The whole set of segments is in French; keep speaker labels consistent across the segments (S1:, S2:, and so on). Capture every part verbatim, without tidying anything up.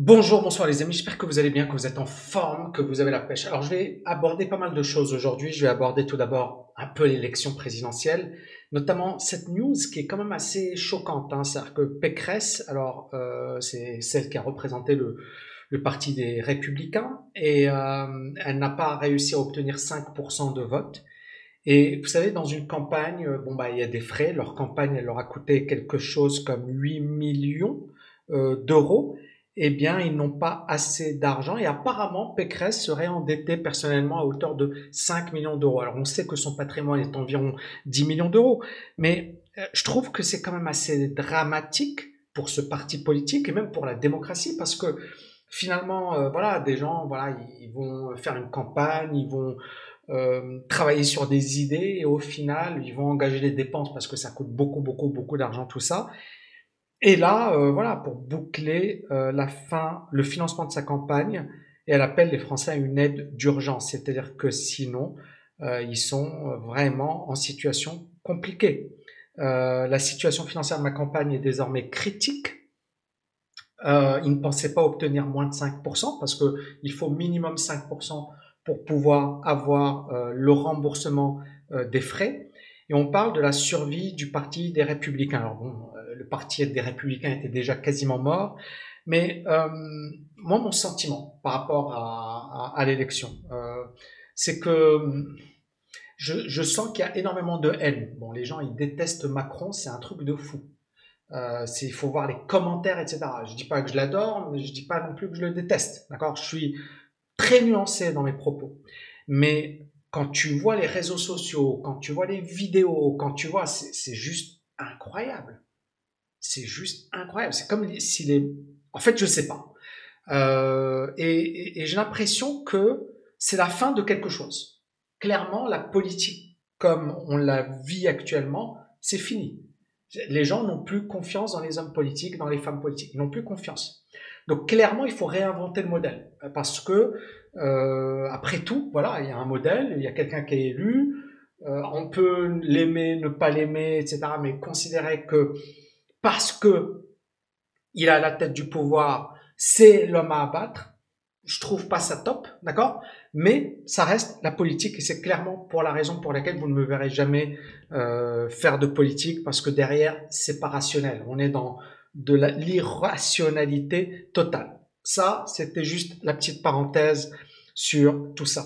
S1: Bonjour, bonsoir les amis, j'espère que vous allez bien, que vous êtes en forme, que vous avez la pêche. Alors je vais aborder pas mal de choses aujourd'hui. Je vais aborder tout d'abord un peu l'élection présidentielle, notamment cette news qui est quand même assez choquante, hein. C'est-à-dire que Pécresse, alors euh, c'est celle qui a représenté le, le parti des Républicains, et euh, elle n'a pas réussi à obtenir cinq pour cent de vote. Et vous savez, dans une campagne, euh, bon bah il y a des frais. Leur campagne, elle leur a coûté quelque chose comme huit millions euh, d'euros. Eh bien, ils n'ont pas assez d'argent et apparemment Pécresse serait endettée personnellement à hauteur de cinq millions d'euros. Alors on sait que son patrimoine est environ dix millions d'euros, mais euh, je trouve que c'est quand même assez dramatique pour ce parti politique et même pour la démocratie parce que finalement, euh, voilà, des gens, voilà, ils vont faire une campagne, ils vont euh, travailler sur des idées et au final, ils vont engager des dépenses parce que ça coûte beaucoup, beaucoup, beaucoup d'argent tout ça. Et là, euh, voilà, pour boucler euh, la fin, le financement de sa campagne, et elle appelle les Français à une aide d'urgence, c'est-à-dire que sinon, euh, ils sont vraiment en situation compliquée. Euh, la situation financière de ma campagne est désormais critique. Euh, ils ne pensaient pas obtenir moins de cinq pour cent parce que il faut minimum cinq pour cent pour pouvoir avoir euh, le remboursement euh, des frais. Et on parle de la survie du parti des Républicains. Alors bon, euh, le parti des Républicains était déjà quasiment mort, mais euh, moi mon sentiment par rapport à, à, à l'élection, euh, c'est que je, je sens qu'il y a énormément de haine. Bon, les gens ils détestent Macron, c'est un truc de fou. Euh, c'est, il faut voir les commentaires, et cetera. Je dis pas que je l'adore, mais je dis pas non plus que je le déteste. D'accord? Je suis très nuancé dans mes propos. Mais quand tu vois les réseaux sociaux, quand tu vois les vidéos, quand tu vois, c'est, c'est juste incroyable. C'est juste incroyable. C'est comme s'il est, en fait, je sais pas. Euh, et, et, et j'ai l'impression que c'est la fin de quelque chose. Clairement, la politique, comme on la vit actuellement, c'est fini. Les gens n'ont plus confiance dans les hommes politiques, dans les femmes politiques. Ils n'ont plus confiance. Donc clairement, il faut réinventer le modèle. Parce que, euh, après tout, voilà, il y a un modèle, il y a quelqu'un qui est élu, euh, on peut l'aimer, ne pas l'aimer, et cetera. Mais considérer que parce que il a la tête du pouvoir, c'est l'homme à abattre, je trouve pas ça top, d'accord? Mais ça reste la politique et c'est clairement pour la raison pour laquelle vous ne me verrez jamais euh, faire de politique parce que derrière c'est pas rationnel. On est dans de la, l'irrationalité totale. Ça, c'était juste la petite parenthèse sur tout ça.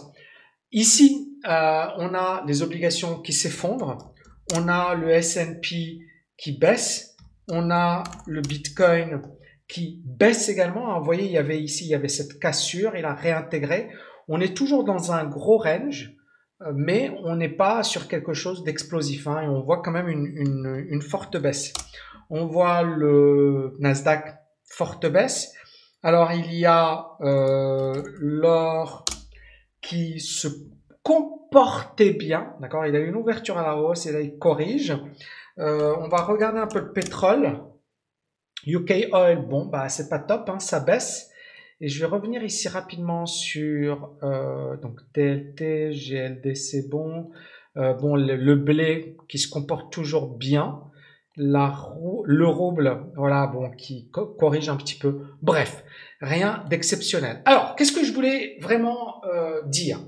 S1: Ici, euh, on a les obligations qui s'effondrent, on a le S and P qui baisse, on a le Bitcoin qui baisse également. Vous voyez, il y avait ici, il y avait cette cassure, il a réintégré. On est toujours dans un gros range, mais on n'est pas sur quelque chose d'explosif, hein, et on voit quand même une, une, une forte baisse. On voit le Nasdaq forte baisse. Alors il y a euh, l'or qui se comportait bien, d'accord. Il a eu une ouverture à la hausse et là il corrige. Euh, on va regarder un peu le pétrole. U K Oil, bon, bah c'est pas top, hein, ça baisse. Et je vais revenir ici rapidement sur euh, donc T L T, G L D, c'est bon. Euh, bon, le, le blé qui se comporte toujours bien. La roue, le rouble, voilà, bon, qui co corrige un petit peu. Bref, rien d'exceptionnel. Alors, qu'est-ce que je voulais vraiment euh, dire?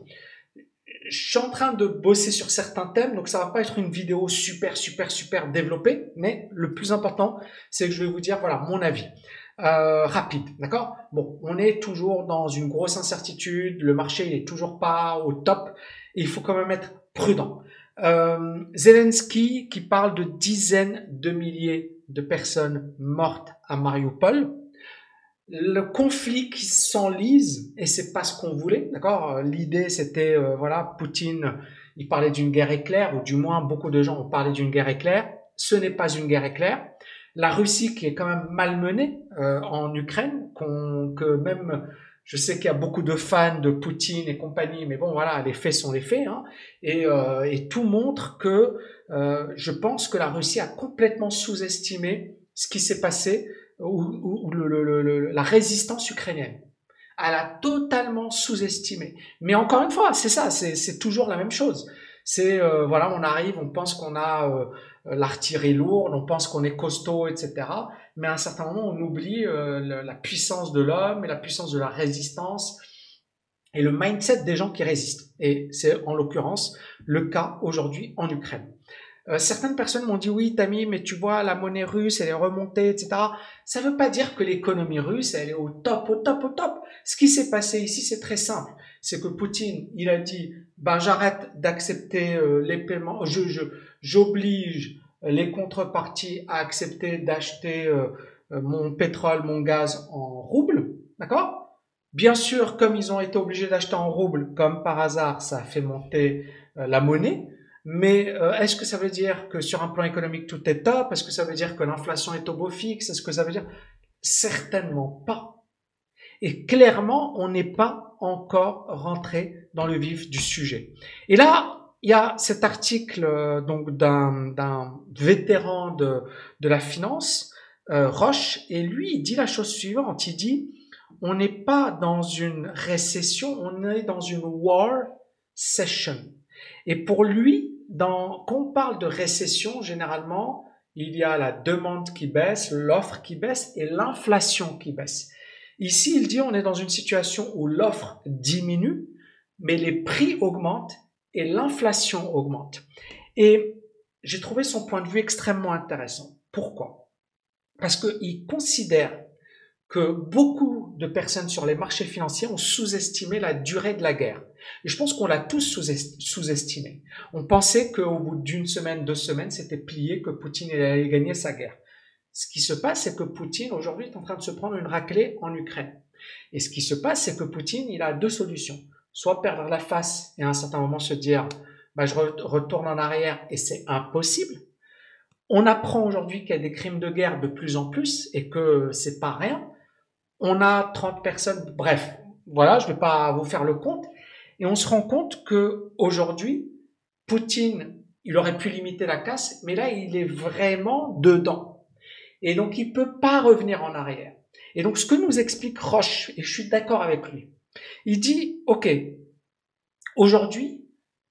S1: Je suis en train de bosser sur certains thèmes, donc ça va pas être une vidéo super, super, super développée, mais le plus important, c'est que je vais vous dire, voilà, mon avis. Euh, rapide, d'accord? Bon, on est toujours dans une grosse incertitude, le marché il est toujours pas au top, et il faut quand même être prudent. Euh, Zelensky qui parle de dizaines de milliers de personnes mortes à Mariupol, le conflit qui s'enlise, et c'est pas ce qu'on voulait, d'accord? L'idée c'était, euh, voilà, Poutine, il parlait d'une guerre éclair, ou du moins beaucoup de gens ont parlé d'une guerre éclair. Ce n'est pas une guerre éclair. La Russie qui est quand même malmenée euh, en Ukraine, qu'on, que même, je sais qu'il y a beaucoup de fans de Poutine et compagnie, mais bon voilà, les faits sont les faits, hein, et, euh, et tout montre que euh, je pense que la Russie a complètement sous-estimé ce qui s'est passé ou, ou, ou le, le, le, la résistance ukrainienne. Elle a totalement sous-estimé. Mais encore une fois, c'est ça, c'est toujours la même chose. C'est, euh, voilà, on arrive, on pense qu'on a euh, l'artillerie lourde, on pense qu'on est costaud, et cetera. Mais à un certain moment, on oublie euh, la, la puissance de l'homme et la puissance de la résistance et le mindset des gens qui résistent. Et c'est en l'occurrence le cas aujourd'hui en Ukraine. Euh, certaines personnes m'ont dit oui, Tammy, mais tu vois, la monnaie russe, elle est remontée, et cetera. Ça ne veut pas dire que l'économie russe, elle est au top, au top, au top. Ce qui s'est passé ici, c'est très simple. C'est que Poutine, il a dit, ben j'arrête d'accepter euh, les paiements, je, je, j'oblige les contreparties à accepter d'acheter euh, euh, mon pétrole, mon gaz en roubles, d'accord? Bien sûr, comme ils ont été obligés d'acheter en roubles, comme par hasard, ça a fait monter euh, la monnaie. Mais euh, est-ce que ça veut dire que sur un plan économique tout est top? Est-ce que ça veut dire que l'inflation est au beau fixe? Est-ce que ça veut dire? Certainement pas. Et clairement, on n'est pas encore rentré dans le vif du sujet. Et là, il y a cet article euh, donc d'un, d'un vétéran de, de la finance, euh, Roche, et lui, il dit la chose suivante. Il dit, on n'est pas dans une récession, on est dans une war session. Et pour lui, dans, quand on parle de récession, généralement, il y a la demande qui baisse, l'offre qui baisse et l'inflation qui baisse. Ici, il dit on est dans une situation où l'offre diminue, mais les prix augmentent et l'inflation augmente. Et j'ai trouvé son point de vue extrêmement intéressant. Pourquoi? Parce qu'il considère que beaucoup de personnes sur les marchés financiers ont sous-estimé la durée de la guerre. Et je pense qu'on l'a tous sous-estimé. On pensait qu'au bout d'une semaine, deux semaines, c'était plié, que Poutine allait gagner sa guerre. Ce qui se passe, c'est que Poutine, aujourd'hui, est en train de se prendre une raclée en Ukraine. Et ce qui se passe, c'est que Poutine, il a deux solutions. Soit perdre la face et à un certain moment se dire, bah, je retourne en arrière et c'est impossible. On apprend aujourd'hui qu'il y a des crimes de guerre de plus en plus et que c'est pas rien. On a trente personnes, bref, voilà, je ne vais pas vous faire le compte. Et on se rend compte que aujourd'hui, Poutine, il aurait pu limiter la casse, mais là, il est vraiment dedans. Et donc, il peut pas revenir en arrière. Et donc, ce que nous explique Roche, et je suis d'accord avec lui, il dit, OK, aujourd'hui,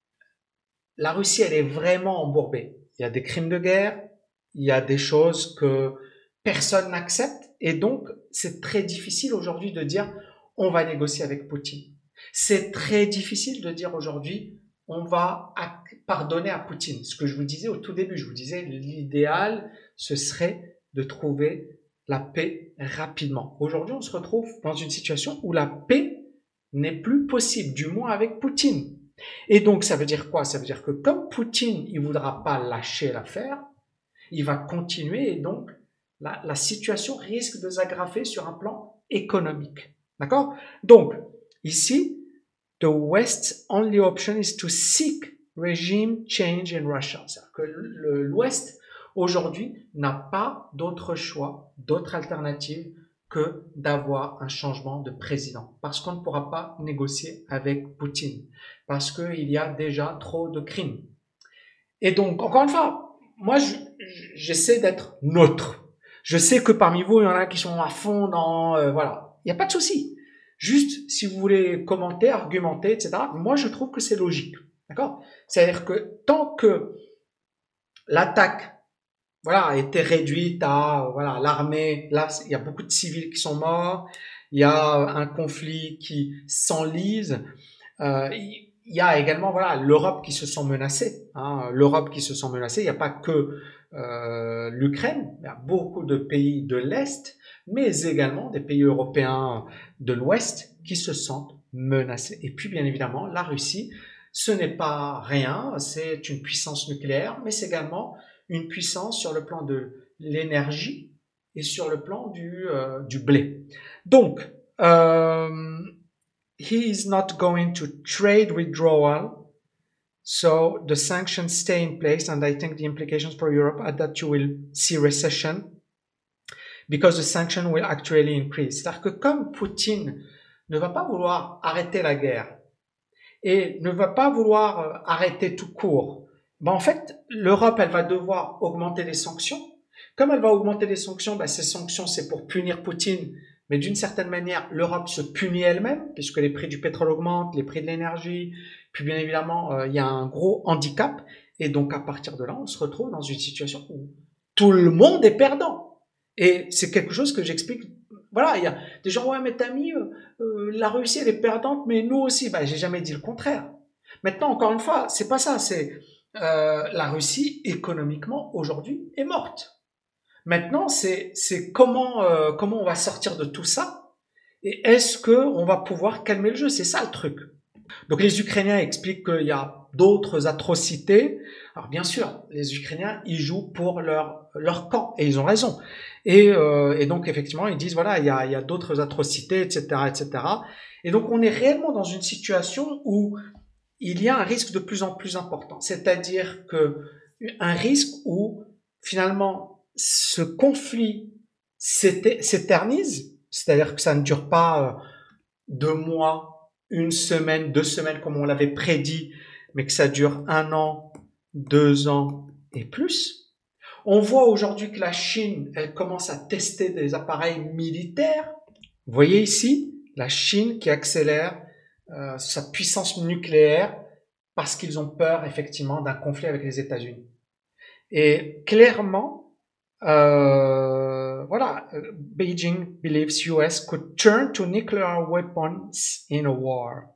S1: la Russie, elle est vraiment embourbée. Il y a des crimes de guerre, il y a des choses que personne n'accepte, et donc, c'est très difficile aujourd'hui de dire, on va négocier avec Poutine. C'est très difficile de dire aujourd'hui, on va pardonner à Poutine. Ce que je vous disais au tout début, je vous disais, l'idéal, ce serait de trouver la paix rapidement. Aujourd'hui, on se retrouve dans une situation où la paix n'est plus possible, du moins avec Poutine. Et donc, ça veut dire quoi? Ça veut dire que comme Poutine, il voudra pas lâcher l'affaire, il va continuer et donc la, la situation risque de s'aggraver sur un plan économique. D'accord? Donc, ici, the West's only option is to seek regime change in Russia. C'est-à-dire que l'Ouest, aujourd'hui, n'a pas d'autre choix, d'autre alternative que d'avoir un changement de président. Parce qu'on ne pourra pas négocier avec Poutine. Parce qu'il y a déjà trop de crimes. Et donc, encore une fois, moi, j'essaie d'être neutre. Je sais que parmi vous, il y en a qui sont à fond dans... Euh, voilà, il n'y a pas de souci. Juste, si vous voulez commenter, argumenter, et cetera, moi, je trouve que c'est logique. D'accord? C'est-à-dire que tant que l'attaque voilà, a été réduite à voilà, l'armée, là, il y a beaucoup de civils qui sont morts, il y a un conflit qui s'enlise, euh, il y a également voilà, l'Europe qui se sent menacée. Hein, L'Europe qui se sent menacée, il n'y a pas que euh, l'Ukraine, il y a beaucoup de pays de l'Est, mais également des pays européens de l'Ouest qui se sentent menacés. Et puis, bien évidemment, la Russie, ce n'est pas rien, c'est une puissance nucléaire, mais c'est également une puissance sur le plan de l'énergie et sur le plan du, euh, du blé. Donc, euh, he is not going to trade withdrawal, so the sanctions stay in place, and I think the implications for Europe are that you will see recession because the sanction will actually increase. C'est-à-dire que comme Poutine ne va pas vouloir arrêter la guerre et ne va pas vouloir arrêter tout court, ben en fait, l'Europe, elle va devoir augmenter les sanctions. Comme elle va augmenter les sanctions, ben ces sanctions, c'est pour punir Poutine. Mais d'une certaine manière, l'Europe se punit elle-même, puisque les prix du pétrole augmentent, les prix de l'énergie, Puis bien évidemment, euh, il y a un gros handicap. Et donc à partir de là, on se retrouve dans une situation où tout le monde est perdant. Et c'est quelque chose que j'explique. Voilà, il y a des gens, ouais, mais t'as mis, euh, euh, la Russie, elle est perdante, mais nous aussi. Bah, j'ai jamais dit le contraire. Maintenant, encore une fois, c'est pas ça. C'est euh, la Russie, économiquement, aujourd'hui, est morte. Maintenant, c'est c'est comment euh, comment on va sortir de tout ça et est-ce que on va pouvoir calmer le jeu. C'est ça le truc. Donc les Ukrainiens expliquent qu'il y a d'autres atrocités. Alors bien sûr, les Ukrainiens, ils jouent pour leur, leur camp, et ils ont raison. Et, euh, et donc effectivement, ils disent, voilà, il y a, il y a d'autres atrocités, et cetera, et cetera. Et donc on est réellement dans une situation où il y a un risque de plus en plus important. C'est-à-dire que un risque où finalement ce conflit s'éternise, c'est-à-dire que ça ne dure pas deux mois, une semaine, deux semaines comme on l'avait prédit, mais que ça dure un an, deux ans et plus. On voit aujourd'hui que la Chine, elle commence à tester des appareils militaires. Vous voyez ici, la Chine qui accélère euh, sa puissance nucléaire parce qu'ils ont peur effectivement d'un conflit avec les États-Unis. Et clairement, euh, voilà, Beijing believes U S could turn to nuclear weapons in a war.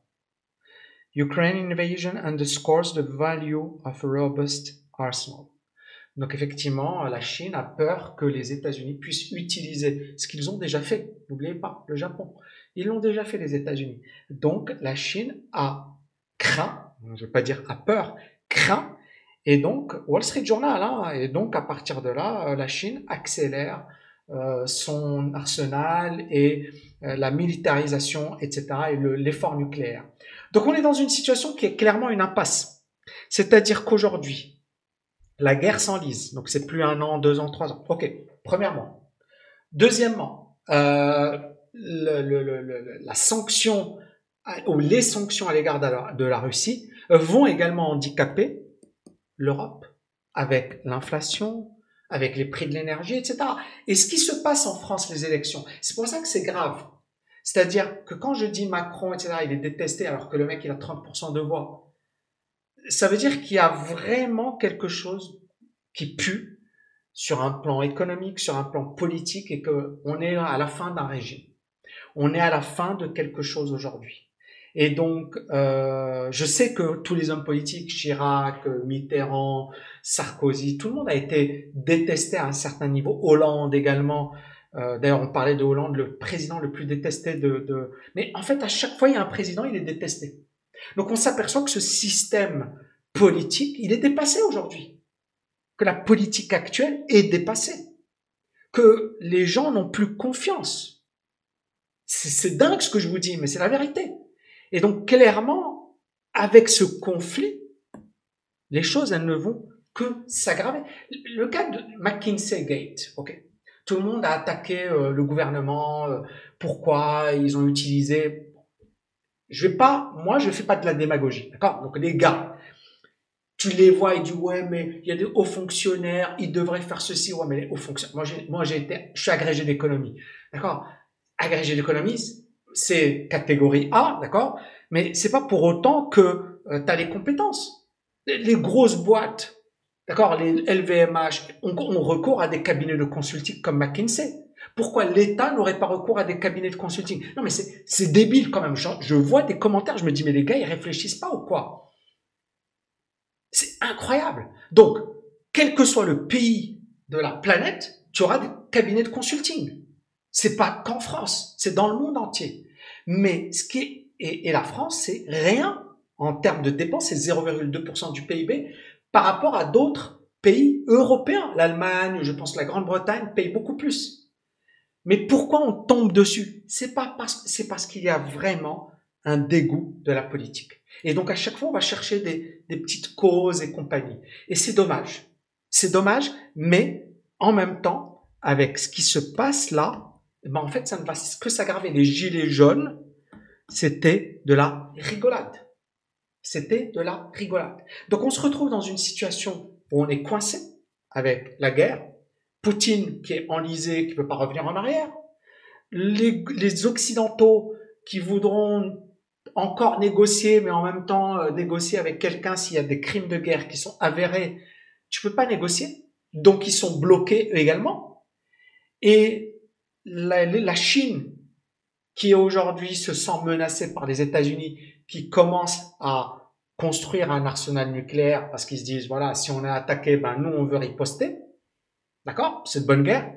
S1: Ukraine invasion underscores the value of a robust arsenal. Donc effectivement, la Chine a peur que les États-Unis puissent utiliser ce qu'ils ont déjà fait. N'oubliez pas, le Japon. Ils l'ont déjà fait, les États-Unis. Donc la Chine a craint, je ne veux pas dire a peur, craint. Et donc, Wall Street Journal, hein, et donc à partir de là, la Chine accélère euh, son arsenal et euh, la militarisation, et cetera, et l'effort nucléaire. Donc on est dans une situation qui est clairement une impasse. C'est-à-dire qu'aujourd'hui, la guerre s'enlise. Donc c'est plus un an, deux ans, trois ans. Ok, premièrement. Deuxièmement, euh, le, le, le, le, la sanction ou les sanctions à l'égard de la, de la Russie vont également handicaper l'Europe avec l'inflation, avec les prix de l'énergie, et cetera. Et ce qui se passe en France, les élections, c'est pour ça que c'est grave. C'est-à-dire que quand je dis Macron, et cetera, il est détesté alors que le mec, il a trente pour cent de voix, ça veut dire qu'il y a vraiment quelque chose qui pue sur un plan économique, sur un plan politique, et qu'on est à la fin d'un régime. On est à la fin de quelque chose aujourd'hui. Et donc, euh, je sais que tous les hommes politiques, Chirac, Mitterrand, Sarkozy, tout le monde a été détesté à un certain niveau. Hollande également. Euh, D'ailleurs, on parlait de Hollande, le président le plus détesté de, de... Mais en fait, à chaque fois, il y a un président, il est détesté. Donc, on s'aperçoit que ce système politique, il est dépassé aujourd'hui. Que la politique actuelle est dépassée. Que les gens n'ont plus confiance. C'est dingue ce que je vous dis, mais c'est la vérité. Et donc, clairement, avec ce conflit, les choses, elles ne vont que s'aggraver. Le cas de McKinsey Gate, ok. Tout le monde a attaqué euh, le gouvernement, euh, pourquoi ils ont utilisé... Je vais pas, moi, je fais pas de la démagogie, d'accord? Donc, les gars, tu les vois, ils disent, ouais, mais il y a des hauts fonctionnaires, ils devraient faire ceci, ouais, mais les hauts fonctionnaires... Moi, j'ai, moi, j'ai été, je suis agrégé d'économie, d'accord? Agrégé d'économie, c'est catégorie A, d'accord? Mais c'est pas pour autant que euh, tu as les compétences. Les, les grosses boîtes, d'accord, les L V M H, ont, ont recours à des cabinets de consulting comme McKinsey. Pourquoi l'État n'aurait pas recours à des cabinets de consulting? Non, mais c'est débile quand même. Je, je vois des commentaires, je me dis, mais les gars, ils réfléchissent pas ou quoi? C'est incroyable. Donc, quel que soit le pays de la planète, tu auras des cabinets de consulting. C'est pas qu'en France, c'est dans le monde entier. Mais ce qui est, et, et la France, c'est rien en termes de dépenses, c'est zéro virgule deux pour cent du P I B par rapport à d'autres pays européens. L'Allemagne, je pense la Grande-Bretagne paye beaucoup plus. Mais pourquoi on tombe dessus? C'est pas parce, c'est parce qu'il y a vraiment un dégoût de la politique. Et donc à chaque fois, on va chercher des, des petites causes et compagnie. Et c'est dommage. C'est dommage, mais en même temps, avec ce qui se passe là, ben en fait, ça ne va que s'aggraver. Les gilets jaunes, c'était de la rigolade. C'était de la rigolade. Donc on se retrouve dans une situation où on est coincé avec la guerre, Poutine qui est enlisé, qui ne peut pas revenir en arrière, les, les Occidentaux qui voudront encore négocier, mais en même temps euh, négocier avec quelqu'un s'il y a des crimes de guerre qui sont avérés, tu peux pas négocier. Donc ils sont bloqués également. Et la, la Chine, qui aujourd'hui se sent menacée par les États-Unis, qui commence à construire un arsenal nucléaire parce qu'ils se disent, voilà, si on est attaqué, ben nous, on veut riposter. D'accord? C'est de bonne guerre.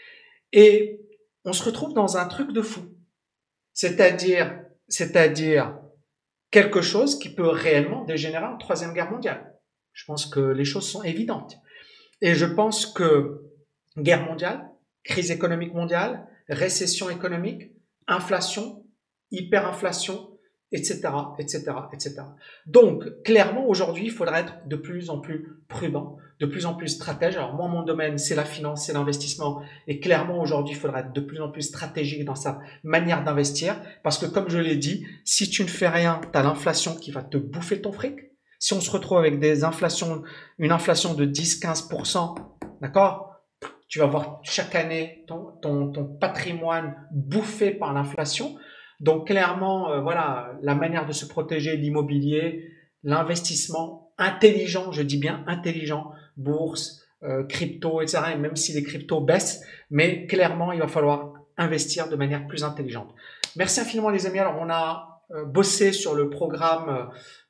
S1: Et on se retrouve dans un truc de fou. C'est-à-dire, c'est-à-dire quelque chose qui peut réellement dégénérer en troisième guerre mondiale. Je pense que les choses sont évidentes. Et je pense que guerre mondiale, crise économique mondiale, récession économique, inflation, hyperinflation, et cetera, et cetera, et cetera. Donc, clairement, aujourd'hui, il faudra être de plus en plus prudent, de plus en plus stratège. Alors, moi, mon domaine, c'est la finance, c'est l'investissement. Et clairement, aujourd'hui, il faudra être de plus en plus stratégique dans sa manière d'investir. Parce que, comme je l'ai dit, si tu ne fais rien, tu as l'inflation qui va te bouffer ton fric. Si on se retrouve avec des inflations, une inflation de dix à quinze pour cent, d'accord? Tu vas voir chaque année ton, ton, ton patrimoine bouffé par l'inflation. Donc clairement, euh, voilà, la manière de se protéger, l'immobilier, l'investissement intelligent, je dis bien intelligent, bourse, euh, crypto, et cetera. Et même si les cryptos baissent, mais clairement, il va falloir investir de manière plus intelligente. Merci infiniment les amis. Alors on a euh, bossé sur le programme,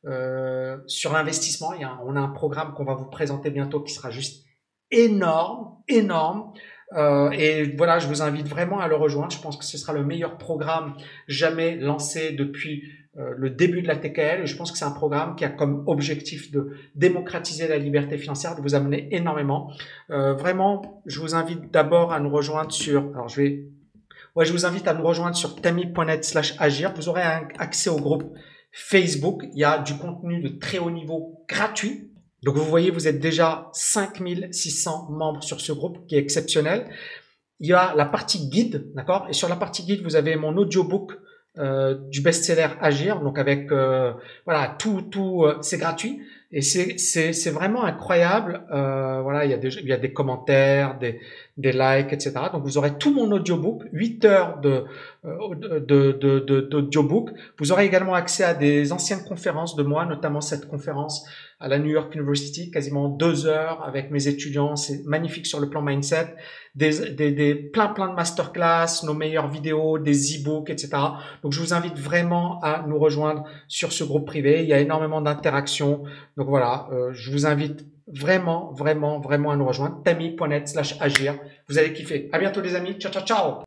S1: euh, sur l'investissement. On a un programme qu'on va vous présenter bientôt qui sera juste énorme, énorme. Euh, et voilà, je vous invite vraiment à le rejoindre. Je pense que ce sera le meilleur programme jamais lancé depuis euh, le début de la T K L. Et je pense que c'est un programme qui a comme objectif de démocratiser la liberté financière, de vous amener énormément. Euh, vraiment, je vous invite d'abord à nous rejoindre sur... Alors, je vais... Ouais, je vous invite à nous rejoindre sur tami point net slash agir. Vous aurez un accès au groupe Facebook. Il y a du contenu de très haut niveau gratuit. Donc, vous voyez, vous êtes déjà cinq mille six cents membres sur ce groupe qui est exceptionnel. Il y a la partie guide, d'accord? Et sur la partie guide, vous avez mon audiobook euh, du best-seller Agir. Donc, avec, euh, voilà, tout, tout, euh, c'est gratuit. Et c'est, c'est, c'est vraiment incroyable. Euh, voilà, il y a des, il y a des commentaires, des, des likes, et cetera. Donc, vous aurez tout mon audiobook, huit heures de, de, de, de, de, d'audiobook. Vous aurez également accès à des anciennes conférences de moi, notamment cette conférence à la New York University, quasiment deux heures avec mes étudiants. C'est magnifique sur le plan mindset. Des, des, des, plein, plein de masterclass, nos meilleures vidéos, des e-books, et cetera. Donc, je vous invite vraiment à nous rejoindre sur ce groupe privé. Il y a énormément d'interactions. Donc, voilà, euh, je vous invite vraiment, vraiment, vraiment à nous rejoindre. tami point net slash agir. Vous allez kiffer. À bientôt, les amis. Ciao, ciao, ciao.